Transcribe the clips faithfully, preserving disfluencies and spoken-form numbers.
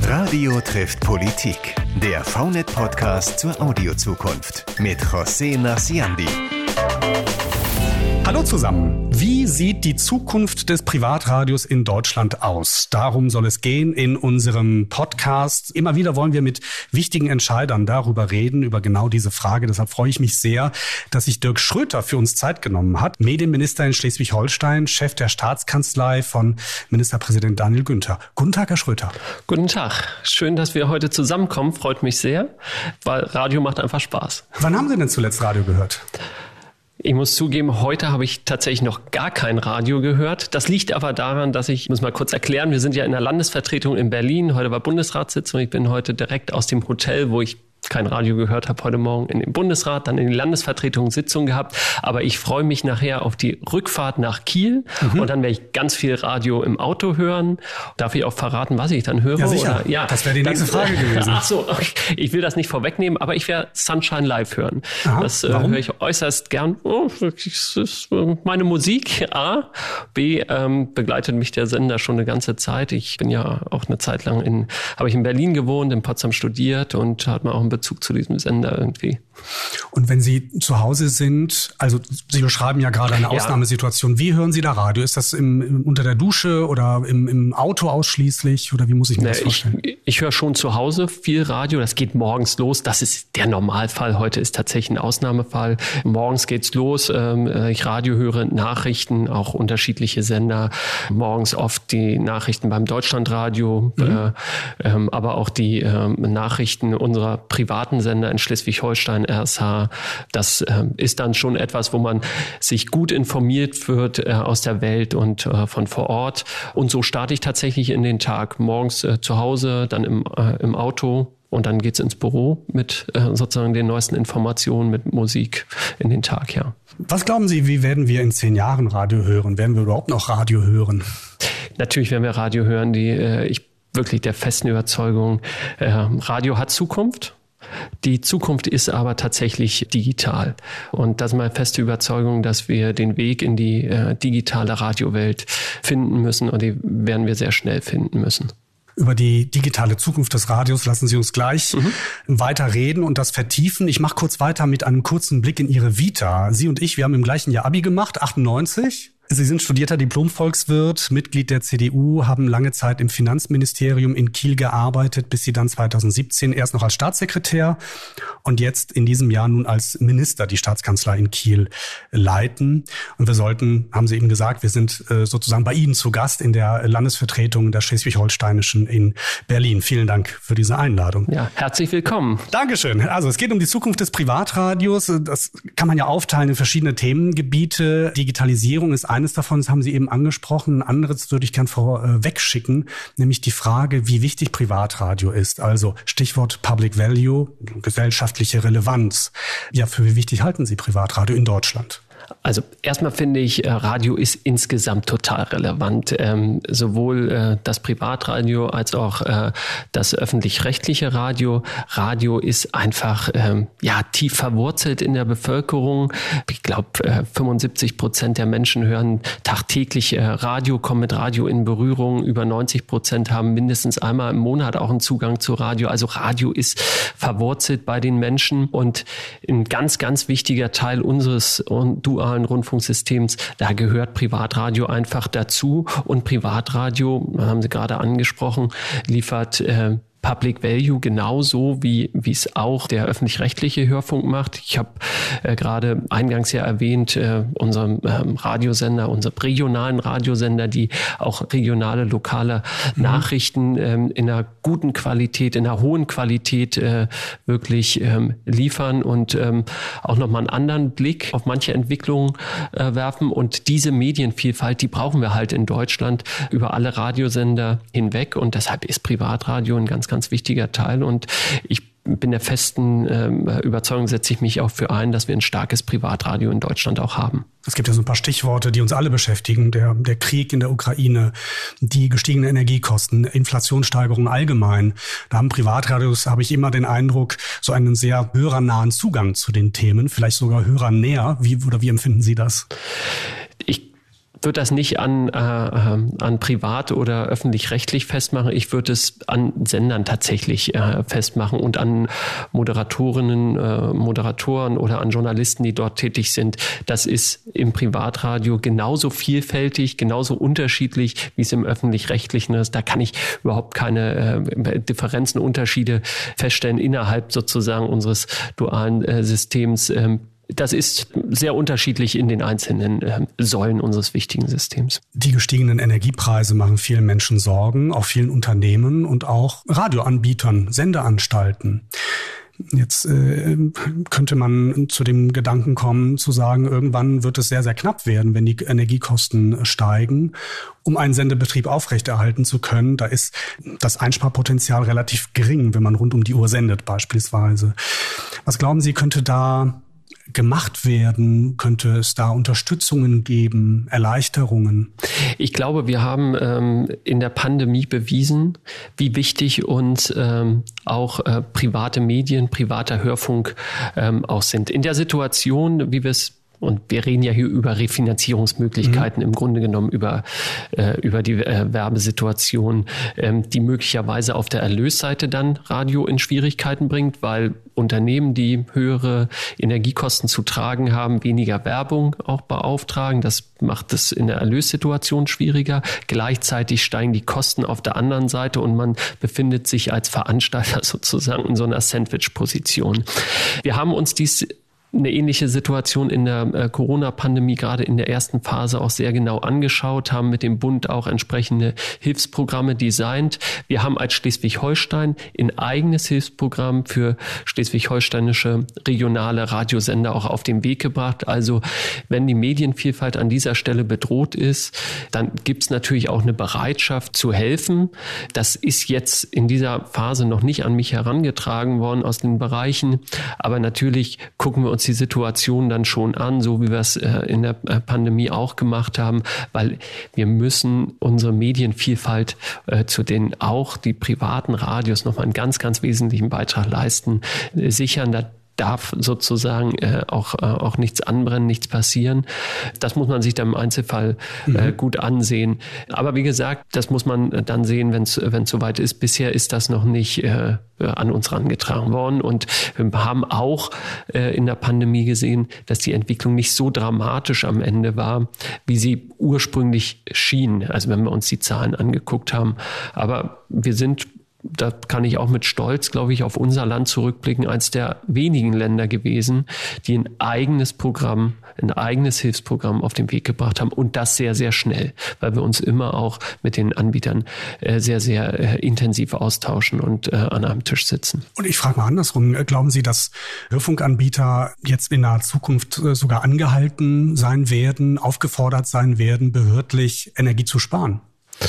Radio trifft Politik, der V N E T-Podcast zur Audiozukunft mit José Narciandi. Hallo zusammen. Wie sieht die Zukunft des Privatradios in Deutschland aus? Darum soll es gehen in unserem Podcast. Immer wieder wollen wir mit wichtigen Entscheidern darüber reden, über genau diese Frage. Deshalb freue ich mich sehr, dass sich Dirk Schröter für uns Zeit genommen hat. Medienminister in Schleswig-Holstein, Chef der Staatskanzlei von Ministerpräsident Daniel Günther. Guten Tag, Herr Schröter. Guten Tag. Schön, dass wir heute zusammenkommen. Freut mich sehr, weil Radio macht einfach Spaß. Wann haben Sie denn zuletzt Radio gehört? Ich muss zugeben, heute habe ich tatsächlich noch gar kein Radio gehört. Das liegt aber daran, dass ich, ich muss mal kurz erklären, wir sind ja in der Landesvertretung in Berlin. Heute war Bundesratssitzung. Ich bin heute direkt aus dem Hotel, wo ich kein Radio gehört habe, heute Morgen in den Bundesrat, dann in die Landesvertretung Sitzung gehabt. Aber ich freue mich nachher auf die Rückfahrt nach Kiel. Mhm. Und dann werde ich ganz viel Radio im Auto hören. Darf ich auch verraten, was ich dann höre? Ja, sicher. Oder? Ja, das wäre die nächste Frage gewesen. Ach so, ich will das nicht vorwegnehmen, aber ich werde Sunshine Live hören. Aha, das äh, höre ich äußerst gern. Oh, das ist meine Musik, A. B. Ähm, begleitet mich der Sender schon eine ganze Zeit. Ich bin ja auch eine Zeit lang in, habe ich in Berlin gewohnt, in Potsdam studiert und hat mir auch einen Bezug zu diesem Sender irgendwie. Und wenn Sie zu Hause sind, also Sie beschreiben ja gerade eine Ausnahmesituation, ja. Wie hören Sie da Radio? Ist das im, im, unter der Dusche oder im, im Auto ausschließlich oder wie muss ich mir nee, das vorstellen? Ich, ich höre schon zu Hause viel Radio, das geht morgens los, das ist der Normalfall, heute ist tatsächlich ein Ausnahmefall. Morgens geht's los, ich Radio höre, Nachrichten, auch unterschiedliche Sender, morgens oft die Nachrichten beim Deutschlandradio, mhm. äh, äh, aber auch die äh, Nachrichten unserer privaten Sender in Schleswig-Holstein, R S H. Das äh, ist dann schon etwas, wo man sich gut informiert wird äh, aus der Welt und äh, von vor Ort. Und so starte ich tatsächlich in den Tag. Morgens äh, zu Hause, dann im, äh, im Auto und dann geht's ins Büro mit äh, sozusagen den neuesten Informationen, mit Musik in den Tag, ja. Was glauben Sie, wie werden wir in zehn Jahren Radio hören? Werden wir überhaupt noch Radio hören? Natürlich werden wir Radio hören. Die, äh, ich wirklich der festen Überzeugung, äh, Radio hat Zukunft. Die Zukunft ist aber tatsächlich digital. Und das ist meine feste Überzeugung, dass wir den Weg in die äh, digitale Radiowelt finden müssen und die werden wir sehr schnell finden müssen. Über die digitale Zukunft des Radios lassen Sie uns gleich mhm. weiter reden und das vertiefen. Ich mache kurz weiter mit einem kurzen Blick in Ihre Vita. Sie und ich, wir haben im gleichen Jahr Abi gemacht, achtundneunzig. Sie sind studierter Diplom-Volkswirt, Mitglied der C D U, haben lange Zeit im Finanzministerium in Kiel gearbeitet, bis Sie dann zweitausendsiebzehn erst noch als Staatssekretär und jetzt in diesem Jahr nun als Minister die Staatskanzlei in Kiel leiten. Und wir sollten, haben Sie eben gesagt, wir sind äh, sozusagen bei Ihnen zu Gast in der Landesvertretung der Schleswig-Holsteinischen in Berlin. Vielen Dank für diese Einladung. Ja, herzlich willkommen. Dankeschön. Also es geht um die Zukunft des Privatradios. Das kann man ja aufteilen in verschiedene Themengebiete. Digitalisierung ist ein Eines davon, das haben Sie eben angesprochen. Ein anderes würde ich gern vorweg schicken, nämlich die Frage, wie wichtig Privatradio ist. Also Stichwort Public Value, gesellschaftliche Relevanz. Ja, für wie wichtig halten Sie Privatradio in Deutschland? Also erstmal finde ich, Radio ist insgesamt total relevant. Ähm, sowohl äh, das Privatradio als auch äh, das öffentlich-rechtliche Radio. Radio ist einfach ähm, ja tief verwurzelt in der Bevölkerung. Ich glaube, äh, fünfundsiebzig Prozent der Menschen hören tagtäglich äh, Radio, kommen mit Radio in Berührung. Über neunzig Prozent haben mindestens einmal im Monat auch einen Zugang zu Radio. Also Radio ist verwurzelt bei den Menschen und ein ganz, ganz wichtiger Teil unseres und dualen Rundfunksystems, da gehört Privatradio einfach dazu. Und Privatradio, haben Sie gerade angesprochen, liefert äh, Public Value genauso, wie wie es auch der öffentlich-rechtliche Hörfunk macht. Ich habe äh, gerade eingangs ja erwähnt, äh, unseren ähm, Radiosender, unsere regionalen Radiosender, die auch regionale, lokale mhm. Nachrichten ähm, in einer guten Qualität, in einer hohen Qualität äh, wirklich ähm, liefern und ähm, auch nochmal einen anderen Blick auf manche Entwicklungen äh, werfen. Und diese Medienvielfalt, die brauchen wir halt in Deutschland über alle Radiosender hinweg. Und deshalb ist Privatradio ein ganz ganz wichtiger Teil und ich bin der festen äh, Überzeugung, setze ich mich auch für ein, dass wir ein starkes Privatradio in Deutschland auch haben. Es gibt ja so ein paar Stichworte, die uns alle beschäftigen. Der, der Krieg in der Ukraine, die gestiegenen Energiekosten, Inflationssteigerung allgemein. Da haben Privatradios, habe ich immer den Eindruck, so einen sehr hörernahen Zugang zu den Themen, vielleicht sogar hörernäher. Wie, oder wie empfinden Sie das? Ich würde das nicht an, äh, an privat oder öffentlich-rechtlich festmachen. Ich würde es an Sendern tatsächlich äh, festmachen und an Moderatorinnen, äh, Moderatoren oder an Journalisten, die dort tätig sind. Das ist im Privatradio genauso vielfältig, genauso unterschiedlich, wie es im öffentlich-rechtlichen ist. Da kann ich überhaupt keine äh, Differenzen, Unterschiede feststellen innerhalb sozusagen unseres dualen äh, Systems. Ähm, Das ist sehr unterschiedlich in den einzelnen äh, Säulen unseres wichtigen Systems. Die gestiegenen Energiepreise machen vielen Menschen Sorgen, auch vielen Unternehmen und auch Radioanbietern, Sendeanstalten. Jetzt äh, könnte man zu dem Gedanken kommen, zu sagen, irgendwann wird es sehr, sehr knapp werden, wenn die Energiekosten steigen. Um einen Sendebetrieb aufrechterhalten zu können, da ist das Einsparpotenzial relativ gering, wenn man rund um die Uhr sendet beispielsweise. Was glauben Sie, könnte da gemacht werden? Könnte es da Unterstützungen geben, Erleichterungen? Ich glaube, wir haben ähm, in der Pandemie bewiesen, wie wichtig uns ähm, auch äh, private Medien, privater Hörfunk ähm, auch sind. In der Situation, wie wir es Und wir reden ja hier über Refinanzierungsmöglichkeiten, mhm. im Grunde genommen über, äh, über die äh, Werbesituation, ähm, die möglicherweise auf der Erlösseite dann Radio in Schwierigkeiten bringt, weil Unternehmen, die höhere Energiekosten zu tragen haben, weniger Werbung auch beauftragen. Das macht es in der Erlössituation schwieriger. Gleichzeitig steigen die Kosten auf der anderen Seite und man befindet sich als Veranstalter sozusagen in so einer Sandwich-Position. Wir haben uns dies eine ähnliche Situation in der äh, Corona-Pandemie gerade in der ersten Phase auch sehr genau angeschaut, haben mit dem Bund auch entsprechende Hilfsprogramme designt. Wir haben als Schleswig-Holstein ein eigenes Hilfsprogramm für schleswig-holsteinische regionale Radiosender auch auf den Weg gebracht. Also wenn die Medienvielfalt an dieser Stelle bedroht ist, dann gibt es natürlich auch eine Bereitschaft zu helfen. Das ist jetzt in dieser Phase noch nicht an mich herangetragen worden aus den Bereichen, aber natürlich gucken wir uns die Situation dann schon an, so wie wir es äh, in der Pandemie auch gemacht haben, weil wir müssen unsere Medienvielfalt, äh, zu denen auch die privaten Radios nochmal einen ganz, ganz wesentlichen Beitrag leisten, äh, sichern. Da darf sozusagen äh, auch, äh, auch nichts anbrennen, nichts passieren. Das muss man sich dann im Einzelfall äh, mhm. gut ansehen. Aber wie gesagt, das muss man dann sehen, wenn es wenn es soweit ist. Bisher ist das noch nicht äh, an uns herangetragen worden. Und wir haben auch äh, in der Pandemie gesehen, dass die Entwicklung nicht so dramatisch am Ende war, wie sie ursprünglich schien. Also wenn wir uns die Zahlen angeguckt haben. Aber wir sind, da kann ich auch mit Stolz, glaube ich, auf unser Land zurückblicken, eines der wenigen Länder gewesen, die ein eigenes Programm, ein eigenes Hilfsprogramm auf den Weg gebracht haben und das sehr, sehr schnell, weil wir uns immer auch mit den Anbietern äh, sehr, sehr äh, intensiv austauschen und äh, an einem Tisch sitzen. Und ich frage mal andersrum, glauben Sie, dass Hörfunkanbieter jetzt in naher Zukunft äh, sogar angehalten sein werden, aufgefordert sein werden, behördlich Energie zu sparen?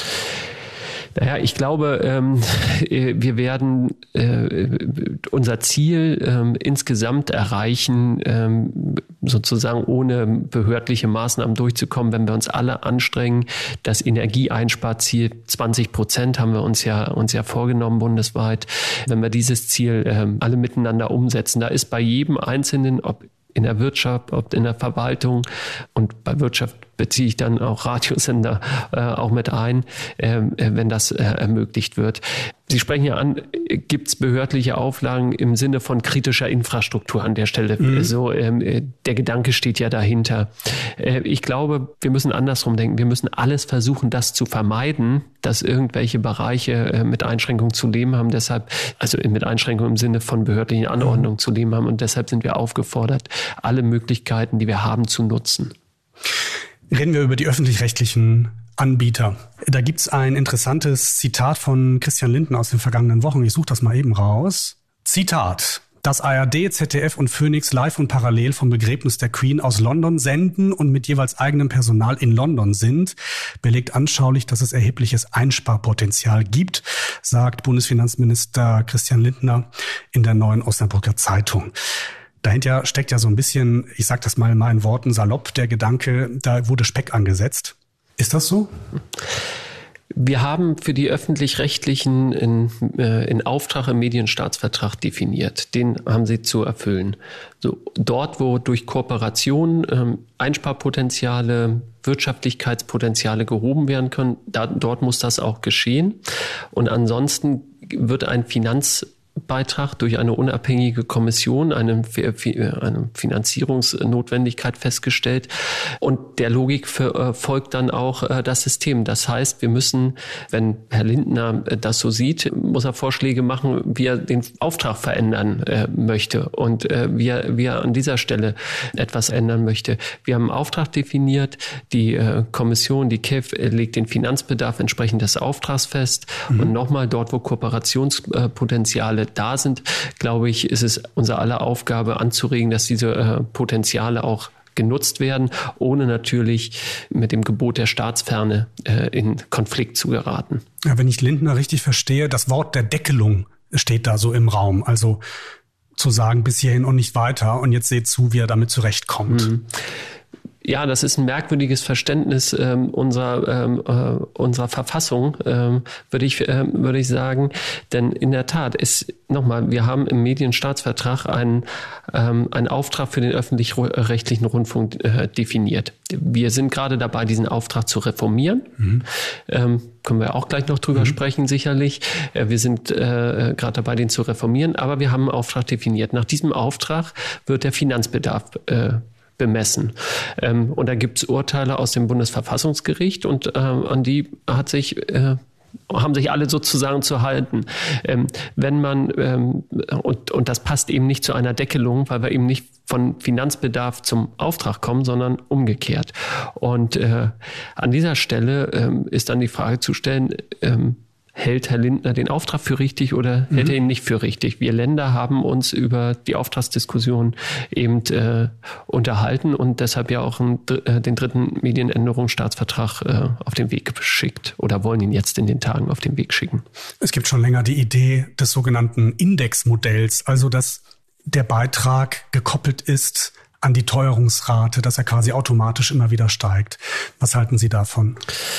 Naja, ich glaube, ähm, wir werden äh, unser Ziel ähm, insgesamt erreichen, ähm, sozusagen ohne behördliche Maßnahmen durchzukommen, wenn wir uns alle anstrengen. Das Energieeinsparziel zwanzig Prozent haben wir uns ja uns ja vorgenommen bundesweit. Wenn wir dieses Ziel ähm, alle miteinander umsetzen, da ist bei jedem Einzelnen, ob in der Wirtschaft, ob in der Verwaltung, und bei Wirtschaft beziehe ich dann auch Radiosender äh, auch mit ein, äh, wenn das äh, ermöglicht wird. Sie sprechen ja an, gibt es behördliche Auflagen im Sinne von kritischer Infrastruktur an der Stelle? Mhm. So, ähm, der Gedanke steht ja dahinter. Äh, ich glaube, wir müssen andersrum denken. Wir müssen alles versuchen, das zu vermeiden, dass irgendwelche Bereiche äh, mit Einschränkungen zu leben haben. Deshalb, also mit Einschränkungen im Sinne von behördlichen Anordnungen mhm. zu leben haben. Und deshalb sind wir aufgefordert, alle Möglichkeiten, die wir haben, zu nutzen. Reden wir über die öffentlich-rechtlichen Anbieter. Da gibt's ein interessantes Zitat von Christian Lindner aus den vergangenen Wochen. Ich suche das mal eben raus. Zitat: Dass A R D, Z D F und Phoenix live und parallel vom Begräbnis der Queen aus London senden und mit jeweils eigenem Personal in London sind, belegt anschaulich, dass es erhebliches Einsparpotenzial gibt, sagt Bundesfinanzminister Christian Lindner in der Neuen Osnabrücker Zeitung. Dahinter steckt ja so ein bisschen, ich sage das mal in meinen Worten salopp, der Gedanke, da wurde Speck angesetzt. Ist das so? Wir haben für die Öffentlich-Rechtlichen in, äh, in Auftrag im Medienstaatsvertrag definiert. Den haben sie zu erfüllen. So, dort, wo durch Kooperation ähm, Einsparpotenziale, Wirtschaftlichkeitspotenziale gehoben werden können, da, dort muss das auch geschehen. Und ansonsten wird ein Finanzbeitrag durch eine unabhängige Kommission, eine, eine Finanzierungsnotwendigkeit festgestellt. Und der Logik für, folgt dann auch äh, das System. Das heißt, wir müssen, wenn Herr Lindner das so sieht, muss er Vorschläge machen, wie er den Auftrag verändern äh, möchte und äh, wie, er, wie er an dieser Stelle etwas ändern möchte. Wir haben einen Auftrag definiert. Die äh, Kommission, die K E F, legt den Finanzbedarf entsprechend des Auftrags fest. Mhm. Und nochmal dort, wo Kooperationspotenziale da sind, glaube ich, ist es unser aller Aufgabe anzuregen, dass diese äh, Potenziale auch genutzt werden, ohne natürlich mit dem Gebot der Staatsferne äh, in Konflikt zu geraten. Ja, wenn ich Lindner richtig verstehe, das Wort der Deckelung steht da so im Raum. Also zu sagen, bis hierhin und nicht weiter und jetzt seht zu, wie er damit zurechtkommt. Mhm. Ja, das ist ein merkwürdiges Verständnis ähm, unserer, ähm, äh, unserer Verfassung, ähm, würde ich, äh, würde ich sagen. Denn in der Tat ist, nochmal, wir haben im Medienstaatsvertrag einen, ähm, einen Auftrag für den öffentlich-rechtlichen Rundfunk äh, definiert. Wir sind gerade dabei, diesen Auftrag zu reformieren. Mhm. Ähm, können wir auch gleich noch drüber mhm. sprechen, sicherlich. Äh, wir sind äh, gerade dabei, den zu reformieren, aber wir haben einen Auftrag definiert. Nach diesem Auftrag wird der Finanzbedarf äh, bemessen. Ähm, und da gibt es Urteile aus dem Bundesverfassungsgericht und äh, an die hat sich, äh, haben sich alle sozusagen zu halten. Ähm, wenn man, ähm, und, und das passt eben nicht zu einer Deckelung, weil wir eben nicht von Finanzbedarf zum Auftrag kommen, sondern umgekehrt. Und äh, an dieser Stelle ähm, ist dann die Frage zu stellen, ähm, hält Herr Lindner den Auftrag für richtig oder mhm. hält er ihn nicht für richtig? Wir Länder haben uns über die Auftragsdiskussion eben äh, unterhalten und deshalb ja auch ein, äh, den dritten Medienänderungsstaatsvertrag äh, auf den Weg geschickt oder wollen ihn jetzt in den Tagen auf den Weg schicken. Es gibt schon länger die Idee des sogenannten Indexmodells, also dass der Beitrag gekoppelt ist an die Teuerungsrate, dass er quasi automatisch immer wieder steigt. Was halten Sie davon?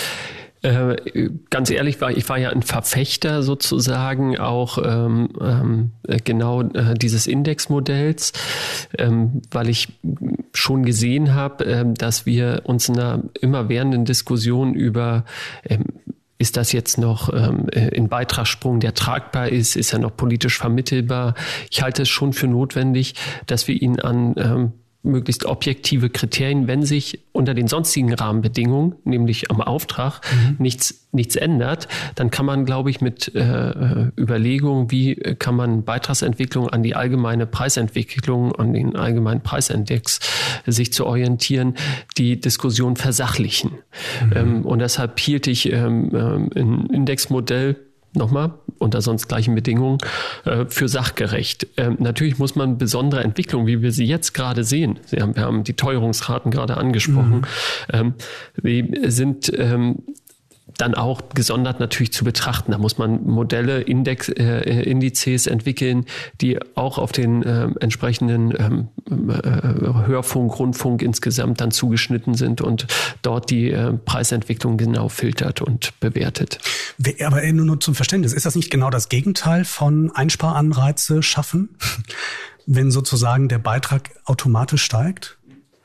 Äh, ganz ehrlich, war ich war ja ein Verfechter sozusagen auch ähm, ähm, genau äh, dieses Indexmodells, ähm, weil ich schon gesehen habe, äh, dass wir uns in einer immerwährenden Diskussion über ähm, ist das jetzt noch ähm, ein Beitragssprung, der tragbar ist? Ist er noch politisch vermittelbar? Ich halte es schon für notwendig, dass wir ihn an ähm, möglichst objektive Kriterien, wenn sich unter den sonstigen Rahmenbedingungen, nämlich am Auftrag, mhm. nichts, nichts ändert, dann kann man, glaube ich, mit äh, Überlegungen, wie kann man Beitragsentwicklung an die allgemeine Preisentwicklung, an den allgemeinen Preisindex sich zu orientieren, die Diskussion versachlichen. Mhm. Ähm, und deshalb hielt ich ähm, ein Indexmodell nochmal, unter sonst gleichen Bedingungen, äh, für sachgerecht. Ähm, natürlich muss man besondere Entwicklungen, wie wir sie jetzt gerade sehen, Sie haben, wir haben die Teuerungsraten gerade angesprochen, mhm. ähm, die sind ähm, dann auch gesondert natürlich zu betrachten. Da muss man Modelle, Index, äh, Indizes entwickeln, die auch auf den äh, entsprechenden ähm, äh, Hörfunk, Rundfunk insgesamt dann zugeschnitten sind und dort die äh, Preisentwicklung genau filtert und bewertet. Aber nur, nur zum Verständnis, ist das nicht genau das Gegenteil von Einsparanreize schaffen, wenn sozusagen der Beitrag automatisch steigt?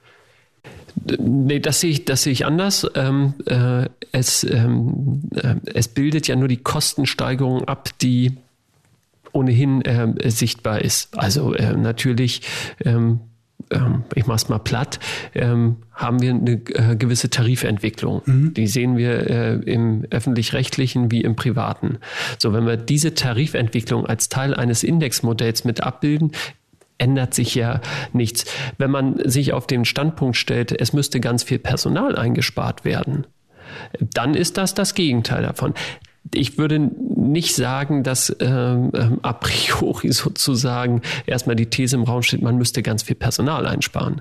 Nee, das sehe ich, das sehe ich anders. Ähm, äh, es, ähm, äh, es bildet ja nur die Kostensteigerung ab, die ohnehin äh, sichtbar ist. Also äh, natürlich, ähm, äh, ich mache es mal platt, ähm, haben wir eine äh, gewisse Tarifentwicklung. Mhm. Die sehen wir äh, im öffentlich-rechtlichen wie im privaten. So, wenn wir diese Tarifentwicklung als Teil eines Indexmodells mit abbilden, ändert sich ja nichts. Wenn man sich auf den Standpunkt stellt, es müsste ganz viel Personal eingespart werden, dann ist das das Gegenteil davon. Ich würde nicht sagen, dass ähm, a priori sozusagen erstmal die These im Raum steht, man müsste ganz viel Personal einsparen.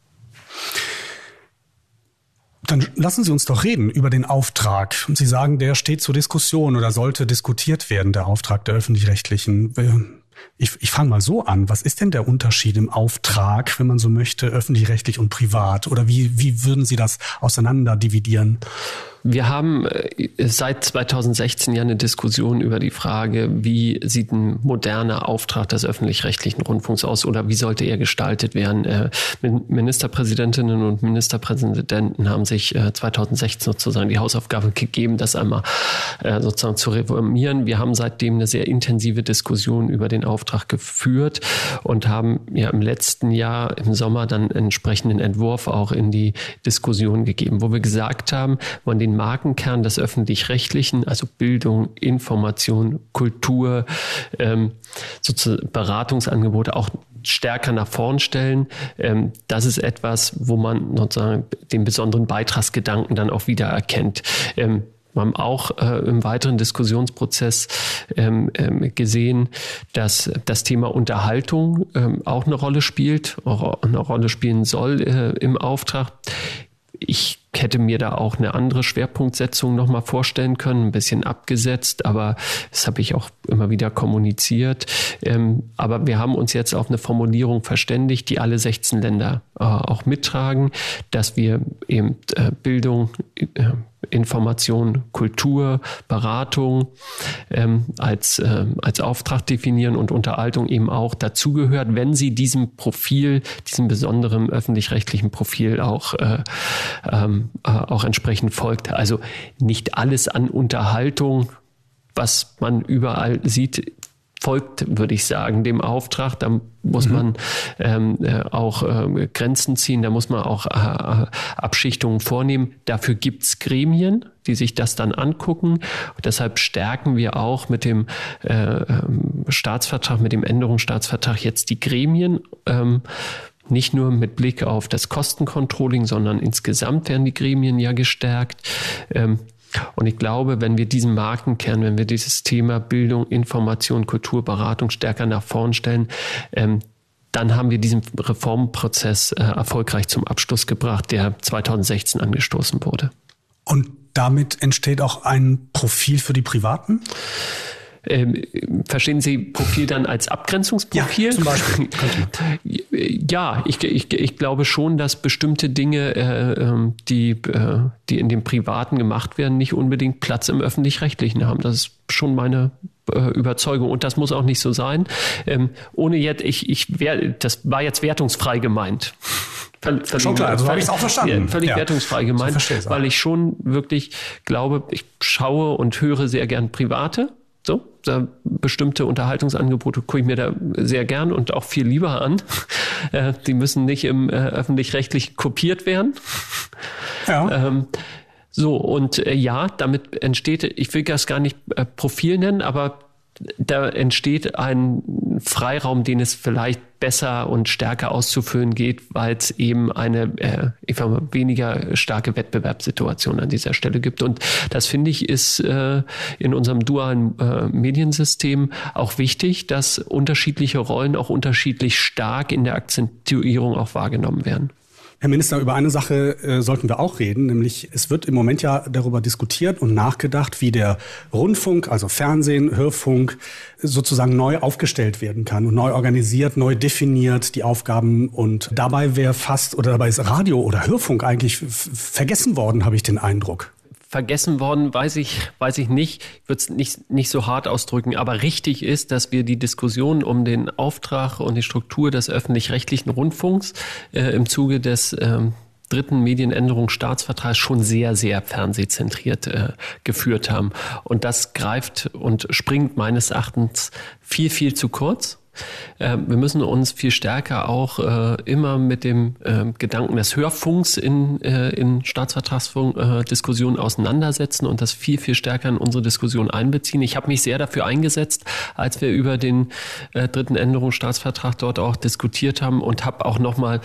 Dann lassen Sie uns doch reden über den Auftrag. Sie sagen, der steht zur Diskussion oder sollte diskutiert werden, der Auftrag der Öffentlich-Rechtlichen. Ich, ich fange mal so an. Was ist denn der Unterschied im Auftrag, wenn man so möchte, öffentlich-rechtlich und privat? Oder wie, wie würden Sie das auseinander dividieren? Wir haben seit zweitausendsechzehn ja eine Diskussion über die Frage, wie sieht ein moderner Auftrag des öffentlich-rechtlichen Rundfunks aus oder wie sollte er gestaltet werden. Ministerpräsidentinnen und Ministerpräsidenten haben sich zweitausendsechzehn sozusagen die Hausaufgabe gegeben, das einmal sozusagen zu reformieren. Wir haben seitdem eine sehr intensive Diskussion über den Auftrag geführt und haben ja im letzten Jahr im Sommer dann einen entsprechenden Entwurf auch in die Diskussion gegeben, wo wir gesagt haben, wollen den Markenkern des Öffentlich-Rechtlichen, also Bildung, Information, Kultur, ähm, sozusagen Beratungsangebote auch stärker nach vorn stellen. Ähm, das ist etwas, wo man sozusagen den besonderen Beitragsgedanken dann auch wieder erkennt. Ähm, Wir haben auch äh, im weiteren Diskussionsprozess ähm, ähm, gesehen, dass das Thema Unterhaltung ähm, auch eine Rolle spielt, auch eine Rolle spielen soll äh, im Auftrag. Ich hätte mir da auch eine andere Schwerpunktsetzung nochmal vorstellen können, ein bisschen abgesetzt, aber das habe ich auch immer wieder kommuniziert. Ähm, aber wir haben uns jetzt auf eine Formulierung verständigt, die alle sechzehn Länder äh, auch mittragen, dass wir eben äh, Bildung, äh, Information, Kultur, Beratung ähm, als, äh, als Auftrag definieren und Unterhaltung eben auch dazugehört, wenn sie diesem Profil, diesem besonderen öffentlich-rechtlichen Profil auch, äh, ähm, äh, auch entsprechend folgt. Also nicht alles an Unterhaltung, was man überall sieht, folgt, würde ich sagen, dem Auftrag. Da muss mhm. man ähm, äh, auch äh, Grenzen ziehen, da muss man auch äh, Abschichtungen vornehmen. Dafür gibt's Gremien, die sich das dann angucken. Und deshalb stärken wir auch mit dem äh, Staatsvertrag, mit dem Änderungsstaatsvertrag jetzt die Gremien, ähm, nicht nur mit Blick auf das Kostencontrolling, sondern insgesamt werden die Gremien ja gestärkt. Ähm, Und ich glaube, wenn wir diesen Markenkern, wenn wir dieses Thema Bildung, Information, Kultur, Beratung stärker nach vorn stellen, ähm, dann haben wir diesen Reformprozess äh, erfolgreich zum Abschluss gebracht, der zweitausendsechzehn angestoßen wurde. Und damit entsteht auch ein Profil für die Privaten? Ähm, verstehen Sie Profil dann als Abgrenzungsprofil? Ja, zum Beispiel. Ja, ich, ich, ich glaube schon, dass bestimmte Dinge, äh, die, äh, die in dem Privaten gemacht werden, nicht unbedingt Platz im Öffentlich-Rechtlichen haben. Das ist schon meine äh, Überzeugung und das muss auch nicht so sein. Ähm, ohne jetzt, ich, ich wär, das war jetzt wertungsfrei gemeint. Völlig, schon klar, so habe ich es auch verstanden. Völlig ja. wertungsfrei gemeint, so weil ich schon wirklich glaube, ich schaue und höre sehr gern Private. So, da bestimmte Unterhaltungsangebote gucke ich mir da sehr gern und auch viel lieber an. Äh, die müssen nicht im äh, öffentlich-rechtlich kopiert werden. Ja. Ähm, so, und äh, ja, damit entsteht, ich will das gar nicht äh, Profil nennen, aber da entsteht ein Freiraum, den es vielleicht besser und stärker auszufüllen geht, weil es eben eine äh, ich sag mal, weniger starke Wettbewerbssituation an dieser Stelle gibt. Und das, finde ich, ist äh, in unserem dualen äh, Mediensystem auch wichtig, dass unterschiedliche Rollen auch unterschiedlich stark in der Akzentuierung auch wahrgenommen werden. Herr Minister, über eine Sache äh, sollten wir auch reden, nämlich es wird im Moment ja darüber diskutiert und nachgedacht, wie der Rundfunk, also Fernsehen, Hörfunk, sozusagen neu aufgestellt werden kann und neu organisiert, neu definiert, die Aufgaben. Und dabei wäre fast, oder dabei ist Radio oder Hörfunk eigentlich f- vergessen worden, habe ich den Eindruck. Vergessen worden, weiß ich, weiß ich nicht. Ich würde es nicht, nicht so hart ausdrücken. Aber richtig ist, dass wir die Diskussion um den Auftrag und die Struktur des öffentlich-rechtlichen Rundfunks äh, im Zuge des ähm, dritten Medienänderungsstaatsvertrags schon sehr, sehr fernsehzentriert äh, geführt haben. Und das greift und springt meines Erachtens viel, viel zu kurz. Wir müssen uns viel stärker auch äh, immer mit dem äh, Gedanken des Hörfunks in, äh, in Staatsvertragsdiskussionen äh, auseinandersetzen und das viel, viel stärker in unsere Diskussion einbeziehen. Ich habe mich sehr dafür eingesetzt, als wir über den äh, dritten Änderungsstaatsvertrag dort auch diskutiert haben und habe auch nochmal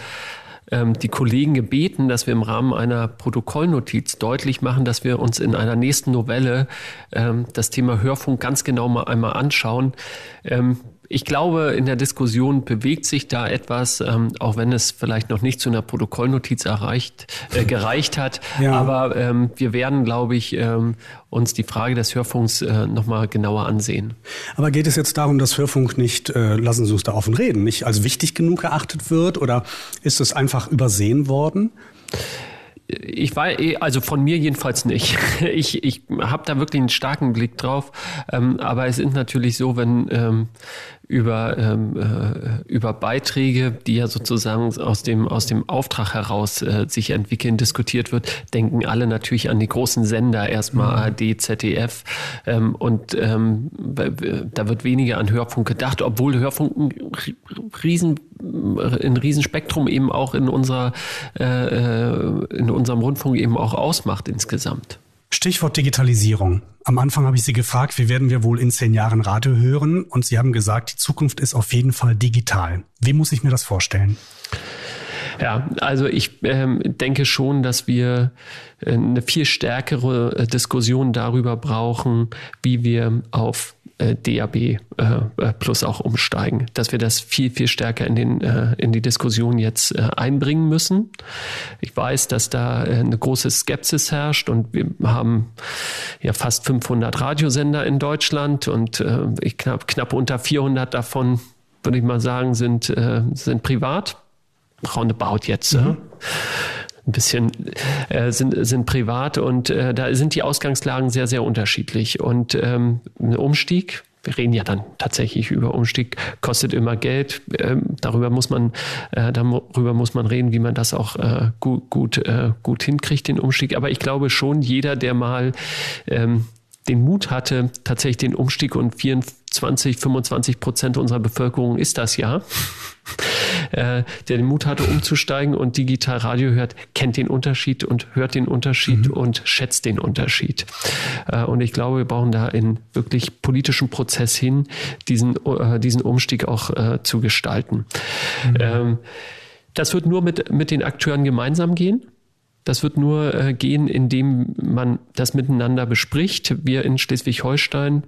die Kollegen gebeten, dass wir im Rahmen einer Protokollnotiz deutlich machen, dass wir uns in einer nächsten Novelle ähm, das Thema Hörfunk ganz genau mal einmal anschauen. Ähm, ich glaube, in der Diskussion bewegt sich da etwas, ähm, auch wenn es vielleicht noch nicht zu einer Protokollnotiz erreicht, äh, gereicht hat. Ja. Aber ähm, wir werden, glaube ich, ähm, uns die Frage des Hörfunks äh, nochmal genauer ansehen. Aber geht es jetzt darum, dass Hörfunk nicht, äh, lassen Sie uns da offen reden, nicht als wichtig genug erachtet wird oder ist es einfach übersehen worden? Ich war, also von mir jedenfalls nicht. Ich, ich habe da wirklich einen starken Blick drauf. Ähm, aber es ist natürlich so, wenn ähm, über, ähm, äh, über Beiträge, die ja sozusagen aus dem, aus dem Auftrag heraus äh, sich entwickeln, diskutiert wird, denken alle natürlich an die großen Sender, erstmal A R D, Z D F. Ähm, und ähm, da wird weniger an Hörfunk gedacht, obwohl Hörfunk ein riesen, ein Riesenspektrum eben auch in unserer äh, in unserem Rundfunk eben auch ausmacht insgesamt. Stichwort Digitalisierung. Am Anfang habe ich Sie gefragt, wie werden wir wohl in zehn Jahren Radio hören? Und Sie haben gesagt, die Zukunft ist auf jeden Fall digital. Wie muss ich mir das vorstellen? Ja, also ich ähm, denke schon, dass wir eine viel stärkere Diskussion darüber brauchen, wie wir auf äh, D A B äh, Plus auch umsteigen. Dass wir das viel, viel stärker in, den, äh, in die Diskussion jetzt äh, einbringen müssen. Ich weiß, dass da äh, eine große Skepsis herrscht und wir haben ja fast fünfhundert Radiosender in Deutschland und äh, ich knapp, knapp unter vierhundert davon, würde ich mal sagen, sind, äh, sind privat. Roundabout jetzt. Mhm. Ein bisschen äh, sind, sind privat und äh, da sind die Ausgangslagen sehr, sehr unterschiedlich. Und ähm, ein Umstieg, wir reden ja dann tatsächlich über Umstieg, kostet immer Geld. Ähm, darüber muss man, äh, darüber muss man reden, wie man das auch äh, gut, gut, äh, gut hinkriegt, den Umstieg. Aber ich glaube schon, jeder, der mal ähm, den Mut hatte, tatsächlich den Umstieg, und vierundzwanzig, fünfundzwanzig Prozent unserer Bevölkerung ist das ja, äh, der den Mut hatte, umzusteigen und digital Radio hört, kennt den Unterschied und hört den Unterschied mhm. und schätzt den Unterschied. Äh, und ich glaube, wir brauchen da in wirklich politischen Prozess hin, diesen, äh, diesen Umstieg auch äh, zu gestalten. Mhm. Ähm, das wird nur mit, mit den Akteuren gemeinsam gehen. Das wird nur äh, gehen, indem man das miteinander bespricht. Wir in Schleswig-Holstein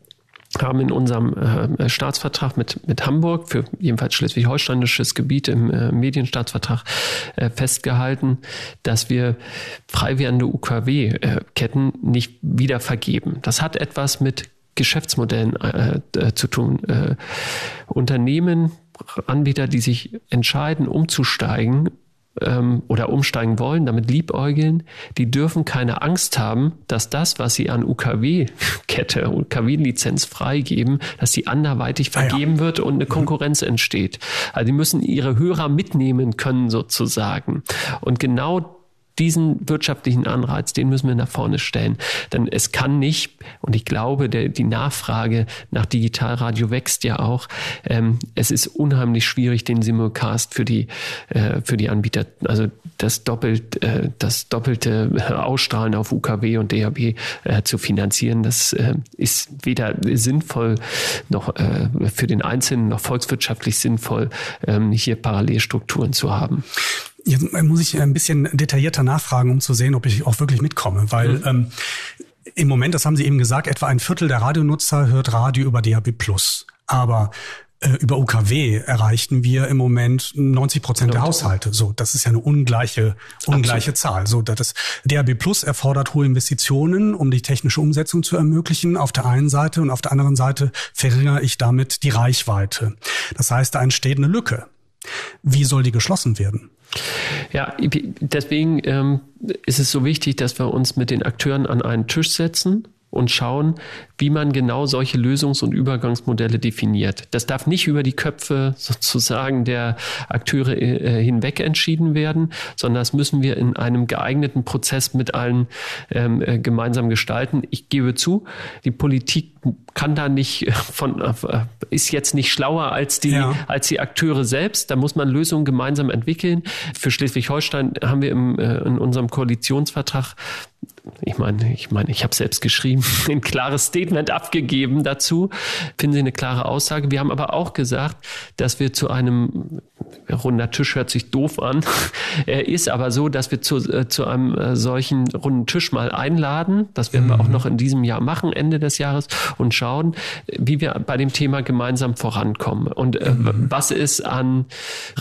haben in unserem äh, Staatsvertrag mit, mit Hamburg für jedenfalls schleswig-holsteinisches Gebiet im äh, Medienstaatsvertrag äh, festgehalten, dass wir frei werdende U K W-Ketten nicht wieder vergeben. Das hat etwas mit Geschäftsmodellen äh, äh, zu tun. Äh, Unternehmen, Anbieter, die sich entscheiden, umzusteigen, oder umsteigen wollen, damit liebäugeln, die dürfen keine Angst haben, dass das, was sie an U K W-Kette, U K W-Lizenz freigeben, dass die anderweitig vergeben ah, ja. wird und eine Konkurrenz entsteht. Also die müssen ihre Hörer mitnehmen können sozusagen. Und genau diesen wirtschaftlichen Anreiz, den müssen wir nach vorne stellen. Denn es kann nicht, und ich glaube, der, die Nachfrage nach Digitalradio wächst ja auch, ähm, es ist unheimlich schwierig, den Simulcast für die, äh, für die Anbieter, also das, doppelt, äh, das doppelte Ausstrahlen auf U K W und D A B äh, zu finanzieren. Das äh, ist weder sinnvoll noch äh, für den Einzelnen noch volkswirtschaftlich sinnvoll, ähm, hier Parallelstrukturen zu haben. Jetzt muss ich ein bisschen detaillierter nachfragen, um zu sehen, ob ich auch wirklich mitkomme. Weil mhm. ähm, im Moment, das haben Sie eben gesagt, etwa ein Viertel der Radionutzer hört Radio über D A B Plus. Aber äh, über U K W erreichten wir im Moment neunzig Prozent der Haushalte. So, das ist ja eine ungleiche, ungleiche Zahl. So, das D A B Plus erfordert hohe Investitionen, um die technische Umsetzung zu ermöglichen. Auf der einen Seite und auf der anderen Seite verringere ich damit die Reichweite. Das heißt, da entsteht eine Lücke. Wie soll die geschlossen werden? Ja, deswegen ähm, ist es so wichtig, dass wir uns mit den Akteuren an einen Tisch setzen und schauen, wie man genau solche Lösungs- und Übergangsmodelle definiert. Das darf nicht über die Köpfe sozusagen der Akteure äh, hinweg entschieden werden, sondern das müssen wir in einem geeigneten Prozess mit allen ähm, äh, gemeinsam gestalten. Ich gebe zu, die Politik kann da nicht von, äh, ist jetzt nicht schlauer als die, ja. als die Akteure selbst. Da muss man Lösungen gemeinsam entwickeln. Für Schleswig-Holstein haben wir im, äh, in unserem Koalitionsvertrag, ich meine, ich meine, ich habe selbst geschrieben, ein klares Statement abgegeben dazu. Finden Sie eine klare Aussage. Wir haben aber auch gesagt, dass wir zu einem, runder Tisch hört sich doof an, er ist aber so, dass wir zu, äh, zu einem äh, solchen runden Tisch mal einladen. Das werden wir auch noch in diesem Jahr machen, Ende des Jahres, und schauen, wie wir bei dem Thema gemeinsam vorankommen. Und äh, mhm. was es an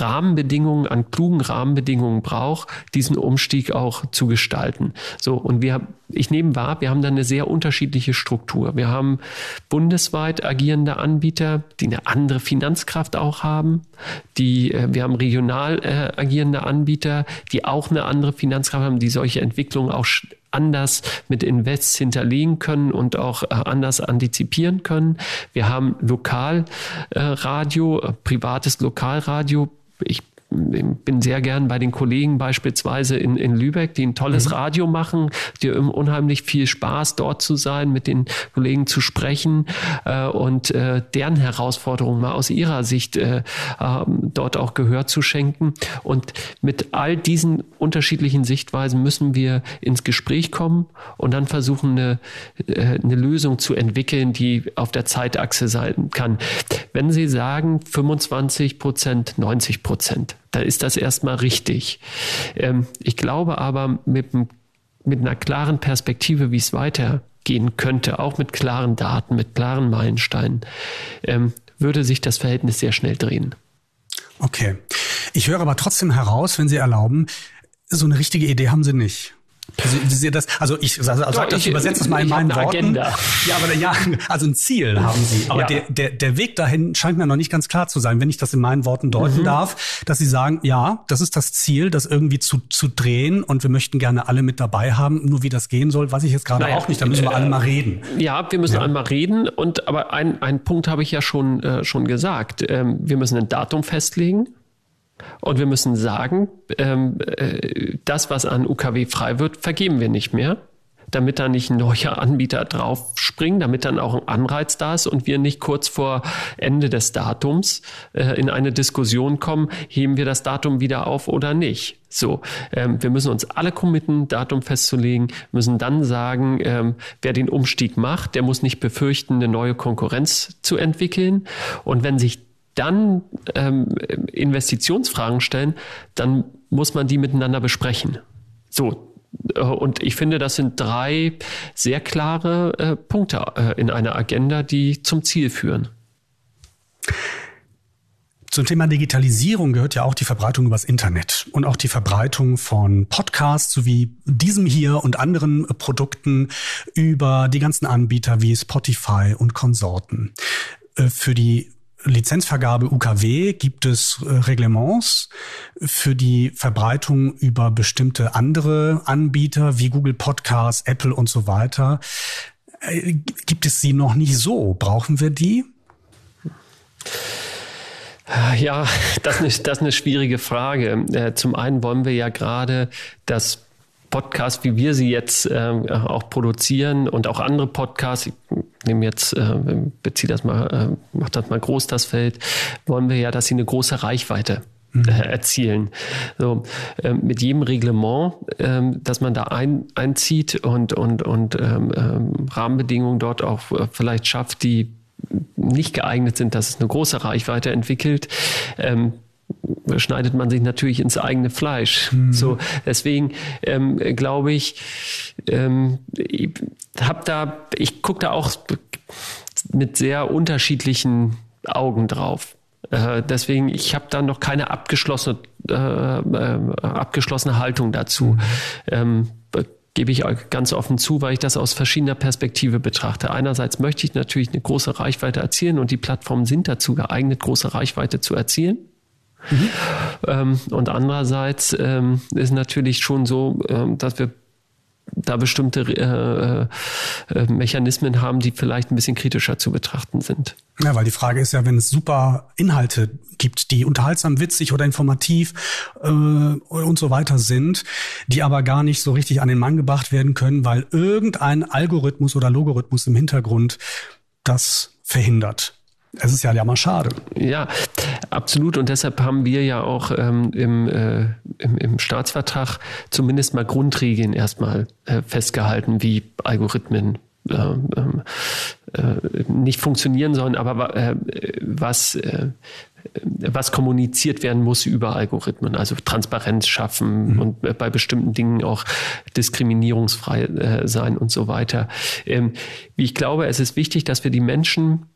Rahmenbedingungen, an klugen Rahmenbedingungen braucht, diesen Umstieg auch zu gestalten. So, und wir wir, ich nehme wahr, wir haben da eine sehr unterschiedliche Struktur. Wir haben bundesweit agierende Anbieter, die eine andere Finanzkraft auch haben. Die, wir haben regional äh, agierende Anbieter, die auch eine andere Finanzkraft haben, die solche Entwicklungen auch anders mit Invests hinterlegen können und auch äh, anders antizipieren können. Wir haben Lokalradio, äh, privates Lokalradio. Ich bin sehr gern bei den Kollegen beispielsweise in, in Lübeck, die ein tolles mhm. Radio machen, die haben unheimlich viel Spaß, dort zu sein, mit den Kollegen zu sprechen äh, und äh, deren Herausforderungen mal aus ihrer Sicht äh, äh, dort auch Gehör zu schenken. Und mit all diesen unterschiedlichen Sichtweisen müssen wir ins Gespräch kommen und dann versuchen, eine, äh, eine Lösung zu entwickeln, die auf der Zeitachse sein kann. Wenn Sie sagen fünfundzwanzig Prozent, neunzig Prozent, da ist das erstmal richtig. Ähm, ich glaube aber mit, mit einer klaren Perspektive, wie es weitergehen könnte, auch mit klaren Daten, mit klaren Meilensteinen, ähm, würde sich das Verhältnis sehr schnell drehen. Okay. Ich höre aber trotzdem heraus, wenn Sie erlauben, so eine richtige Idee haben Sie nicht. Also, das, also ich, also Doch, ich, ich übersetze das mal in meinen Worten. Agenda. Ja, aber ja, also ein Ziel haben Sie. Aber ja. der, der, der Weg dahin scheint mir noch nicht ganz klar zu sein, wenn ich das in meinen Worten deuten mhm. darf, dass Sie sagen, ja, das ist das Ziel, das irgendwie zu, zu drehen und wir möchten gerne alle mit dabei haben. Nur wie das gehen soll, weiß ich jetzt gerade naja, auch nicht. Da müssen wir äh, alle mal reden. Ja, wir müssen ja. alle mal reden. Und aber ein, ein Punkt habe ich ja schon, äh, schon gesagt. Ähm, wir müssen ein Datum festlegen. Und wir müssen sagen, ähm, äh, das, was an U K W frei wird, vergeben wir nicht mehr, damit da nicht ein neuer Anbieter draufspringt, damit dann auch ein Anreiz da ist und wir nicht kurz vor Ende des Datums äh, in eine Diskussion kommen, heben wir das Datum wieder auf oder nicht. So, ähm, wir müssen uns alle committen, Datum festzulegen, müssen dann sagen, ähm, wer den Umstieg macht, der muss nicht befürchten, eine neue Konkurrenz zu entwickeln. Und wenn sich dann ähm, Investitionsfragen stellen, dann muss man die miteinander besprechen. So, äh, und ich finde, das sind drei sehr klare äh, Punkte äh, in einer Agenda, die zum Ziel führen. Zum Thema Digitalisierung gehört ja auch die Verbreitung übers Internet und auch die Verbreitung von Podcasts sowie diesem hier und anderen Produkten über die ganzen Anbieter wie Spotify und Konsorten. Äh, für die Lizenzvergabe U K W gibt es äh, Reglements für die Verbreitung über bestimmte andere Anbieter wie Google Podcasts, Apple und so weiter. Äh, gibt es sie noch nicht so? Brauchen wir die? Ja, das ist, das ist eine schwierige Frage. Äh, zum einen wollen wir ja gerade das Podcasts, wie wir sie jetzt äh, auch produzieren und auch andere Podcasts, ich nehme jetzt, äh, beziehe das mal, äh, mach das mal groß, das Feld, wollen wir ja, dass sie eine große Reichweite mhm. äh, erzielen. So, äh, mit jedem Reglement, äh, dass man da ein, einzieht und, und, und ähm, ähm, Rahmenbedingungen dort auch äh, vielleicht schafft, die nicht geeignet sind, dass es eine große Reichweite entwickelt, ähm, schneidet man sich natürlich ins eigene Fleisch. Mhm. So, deswegen ähm, glaube ich, ähm, ich hab da, ich gucke da auch mit sehr unterschiedlichen Augen drauf. Äh, deswegen, ich habe da noch keine abgeschlossene, äh, äh, abgeschlossene Haltung dazu. Mhm. Ähm, gebe ich ganz offen zu, weil ich das aus verschiedener Perspektive betrachte. Einerseits möchte ich natürlich eine große Reichweite erzielen und die Plattformen sind dazu geeignet, große Reichweite zu erzielen. Mhm. Ähm, und andererseits ähm, ist natürlich schon so, ähm, dass wir da bestimmte äh, äh, Mechanismen haben, die vielleicht ein bisschen kritischer zu betrachten sind. Ja, weil die Frage ist ja, wenn es super Inhalte gibt, die unterhaltsam, witzig oder informativ äh, und so weiter sind, die aber gar nicht so richtig an den Mann gebracht werden können, weil irgendein Algorithmus oder Logarithmus im Hintergrund das verhindert. Es ist ja ja mal schade. Ja, absolut. Und deshalb haben wir ja auch ähm, im, äh, im, im Staatsvertrag zumindest mal Grundregeln erstmal äh, festgehalten, wie Algorithmen äh, äh, nicht funktionieren sollen, aber äh, was, äh, was kommuniziert werden muss über Algorithmen, also Transparenz schaffen mhm. und äh, bei bestimmten Dingen auch diskriminierungsfrei äh, sein und so weiter. Ähm, wie ich glaube, es ist wichtig, dass wir die Menschen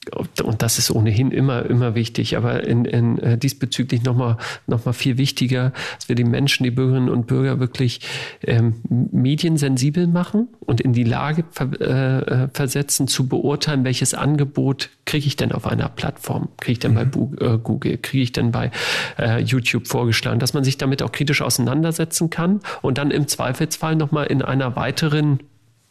und das ist ohnehin immer, immer wichtig, aber in, in, äh, diesbezüglich nochmal noch mal viel wichtiger, dass wir die Menschen, die Bürgerinnen und Bürger wirklich ähm, mediensensibel machen und in die Lage ver, äh, versetzen, zu beurteilen, welches Angebot kriege ich denn auf einer Plattform, kriege ich denn mhm. bei Bu- äh, Google, kriege ich denn bei äh, YouTube vorgeschlagen, dass man sich damit auch kritisch auseinandersetzen kann und dann im Zweifelsfall nochmal in einer weiteren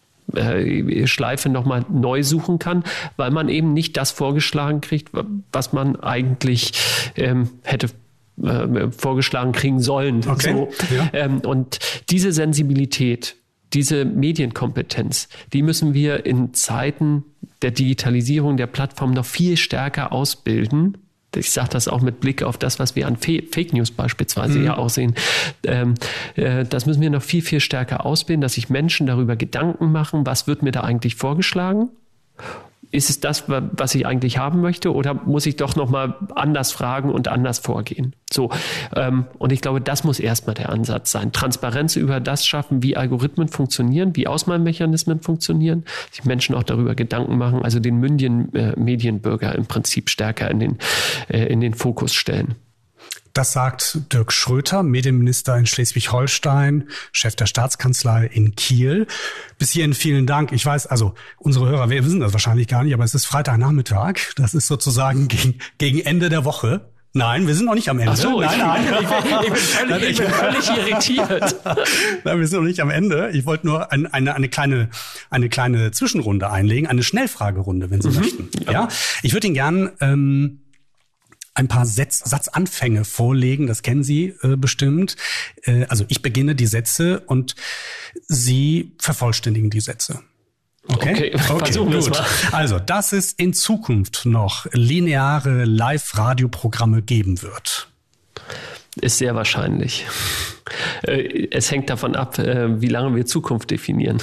Schleife nochmal neu suchen kann, weil man eben nicht das vorgeschlagen kriegt, was man eigentlich ähm, hätte äh, vorgeschlagen kriegen sollen. Okay. So. Ja. Ähm, und diese Sensibilität, diese Medienkompetenz, die müssen wir in Zeiten der Digitalisierung der Plattform noch viel stärker ausbilden. Ich sage das auch mit Blick auf das, was wir an Fe- Fake News beispielsweise mhm. ja auch sehen. Ähm, äh, das müssen wir noch viel, viel stärker ausbilden, dass sich Menschen darüber Gedanken machen, was wird mir da eigentlich vorgeschlagen? Ist es das, was ich eigentlich haben möchte, oder muss ich doch nochmal anders fragen und anders vorgehen? So, ähm, und ich glaube, das muss erstmal der Ansatz sein. Transparenz über das schaffen, wie Algorithmen funktionieren, wie Auswahlmechanismen funktionieren, sich Menschen auch darüber Gedanken machen, also den mündigen äh, Medienbürger im Prinzip stärker in den, äh, in den Fokus stellen. Das sagt Dirk Schröter, Medienminister in Schleswig-Holstein, Chef der Staatskanzlei in Kiel. Bis hierhin vielen Dank. Ich weiß, also unsere Hörer, wir wissen das wahrscheinlich gar nicht, aber es ist Freitagnachmittag. Das ist sozusagen gegen, gegen Ende der Woche. Nein, wir sind noch nicht am Ende. Ach so, nein, ich, nein. Ich, bin, ich, bin völlig, ich bin völlig irritiert. Nein, wir sind noch nicht am Ende. Ich wollte nur ein, eine, eine kleine, eine kleine Zwischenrunde einlegen, eine Schnellfragerunde, wenn Sie mhm. möchten. Ja, ja? Ich würde Ihnen gern ähm, ein paar Satz, Satzanfänge vorlegen, das kennen Sie äh, bestimmt. Äh, also ich beginne die Sätze und Sie vervollständigen die Sätze. Okay, okay, okay, versuchen wir es mal. Also, dass es in Zukunft noch lineare Live-Radio-Programme geben wird. Ist sehr wahrscheinlich. Äh, es hängt davon ab, äh, wie lange wir Zukunft definieren.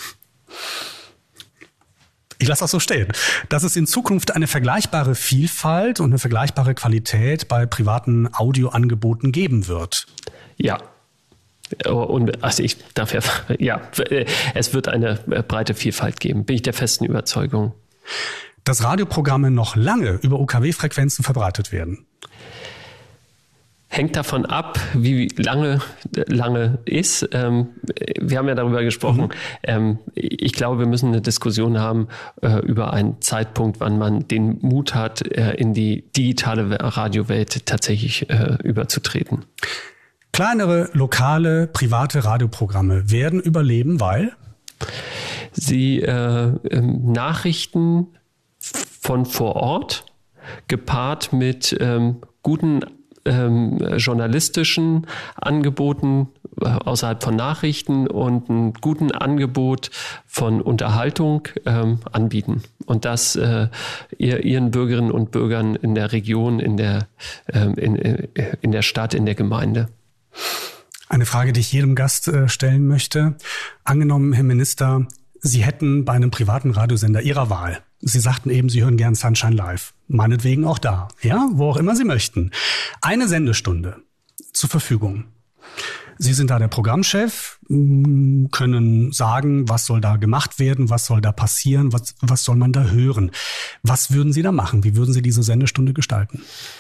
Ich lasse das so stehen. Dass es in Zukunft eine vergleichbare Vielfalt und eine vergleichbare Qualität bei privaten Audioangeboten geben wird. Ja. Und also ich darf ja, ja, es wird eine breite Vielfalt geben, bin ich der festen Überzeugung. Dass Radioprogramme noch lange über U K W-Frequenzen verbreitet werden. Hängt davon ab, wie lange lange ist. Ähm, wir haben ja darüber gesprochen. Mhm. Ähm, ich glaube, wir müssen eine Diskussion haben äh, über einen Zeitpunkt, wann man den Mut hat, äh, in die digitale Radiowelt tatsächlich äh, überzutreten. Kleinere, lokale, private Radioprogramme werden überleben, weil? Sie äh, Nachrichten von vor Ort gepaart mit ähm, guten ähm, journalistischen Angeboten äh, außerhalb von Nachrichten und einem guten Angebot von Unterhaltung ähm, anbieten. Und das äh, ihr, ihren Bürgerinnen und Bürgern in der Region, in der, ähm, in, in der Stadt, in der Gemeinde. Eine Frage, die ich jedem Gast äh, stellen möchte. Angenommen, Herr Minister, Sie hätten bei einem privaten Radiosender Ihrer Wahl, Sie sagten eben, Sie hören gern Sunshine Live, meinetwegen auch da, ja, wo auch immer Sie möchten, eine Sendestunde zur Verfügung. Sie sind da der Programmchef, können sagen, was soll da gemacht werden, was soll da passieren, was, was soll man da hören. Was würden Sie da machen? Wie würden Sie diese Sendestunde gestalten?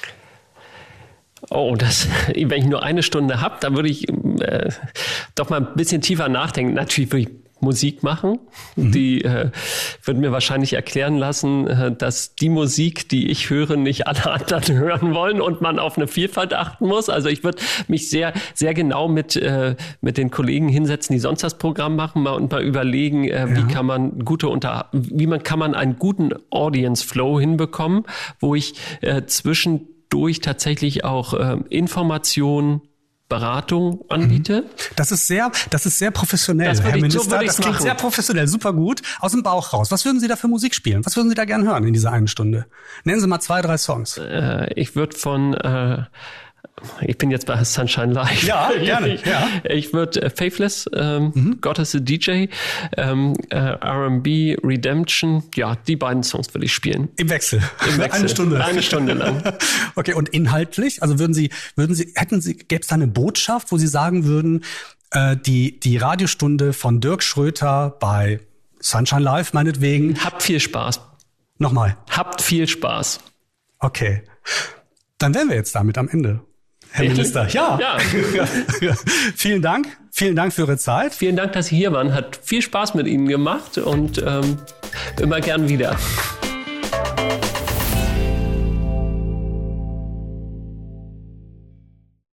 Oh, das, wenn ich nur eine Stunde habe, dann würde ich äh, doch mal ein bisschen tiefer nachdenken. Natürlich würde ich Musik machen. Mhm. Die äh, würden mir wahrscheinlich erklären lassen, äh, dass die Musik, die ich höre, nicht alle anderen hören wollen und man auf eine Vielfalt achten muss. Also ich würde mich sehr, sehr genau mit äh, mit den Kollegen hinsetzen, die sonst das Programm machen, mal und mal überlegen, äh, ja. wie kann man gute unter, wie man kann man einen guten Audience Flow hinbekommen, wo ich äh, zwischen durch tatsächlich auch äh, Information, Beratung anbiete. Das ist sehr, das ist sehr professionell, das Herr ich, Minister. So das klingt machen. Sehr professionell, super gut. Aus dem Bauch raus. Was würden Sie da für Musik spielen? Was würden Sie da gern hören in dieser einen Stunde? Nennen Sie mal zwei, drei Songs. Äh, ich würde von äh, Ich bin jetzt bei Sunshine Live. Ja, gerne. Ich, ja. ich würde äh, Faithless, ähm, mhm. God is a D J, ähm, äh, R and B, Redemption, ja, die beiden Songs würde ich spielen. Im Wechsel. Im Wechsel. Eine Stunde. Eine Stunde lang. Okay, und inhaltlich? Also würden Sie, würden Sie, hätten Sie, gäbe es da eine Botschaft, wo Sie sagen würden, äh, die, die Radiostunde von Dirk Schröter bei Sunshine Live meinetwegen. Habt viel Spaß. Nochmal. Habt viel Spaß. Okay. Dann wären wir jetzt damit am Ende. Herr Minister, ja. ja. Vielen Dank. Vielen Dank für Ihre Zeit. Vielen Dank, dass Sie hier waren. Hat viel Spaß mit Ihnen gemacht und ähm, immer gern wieder.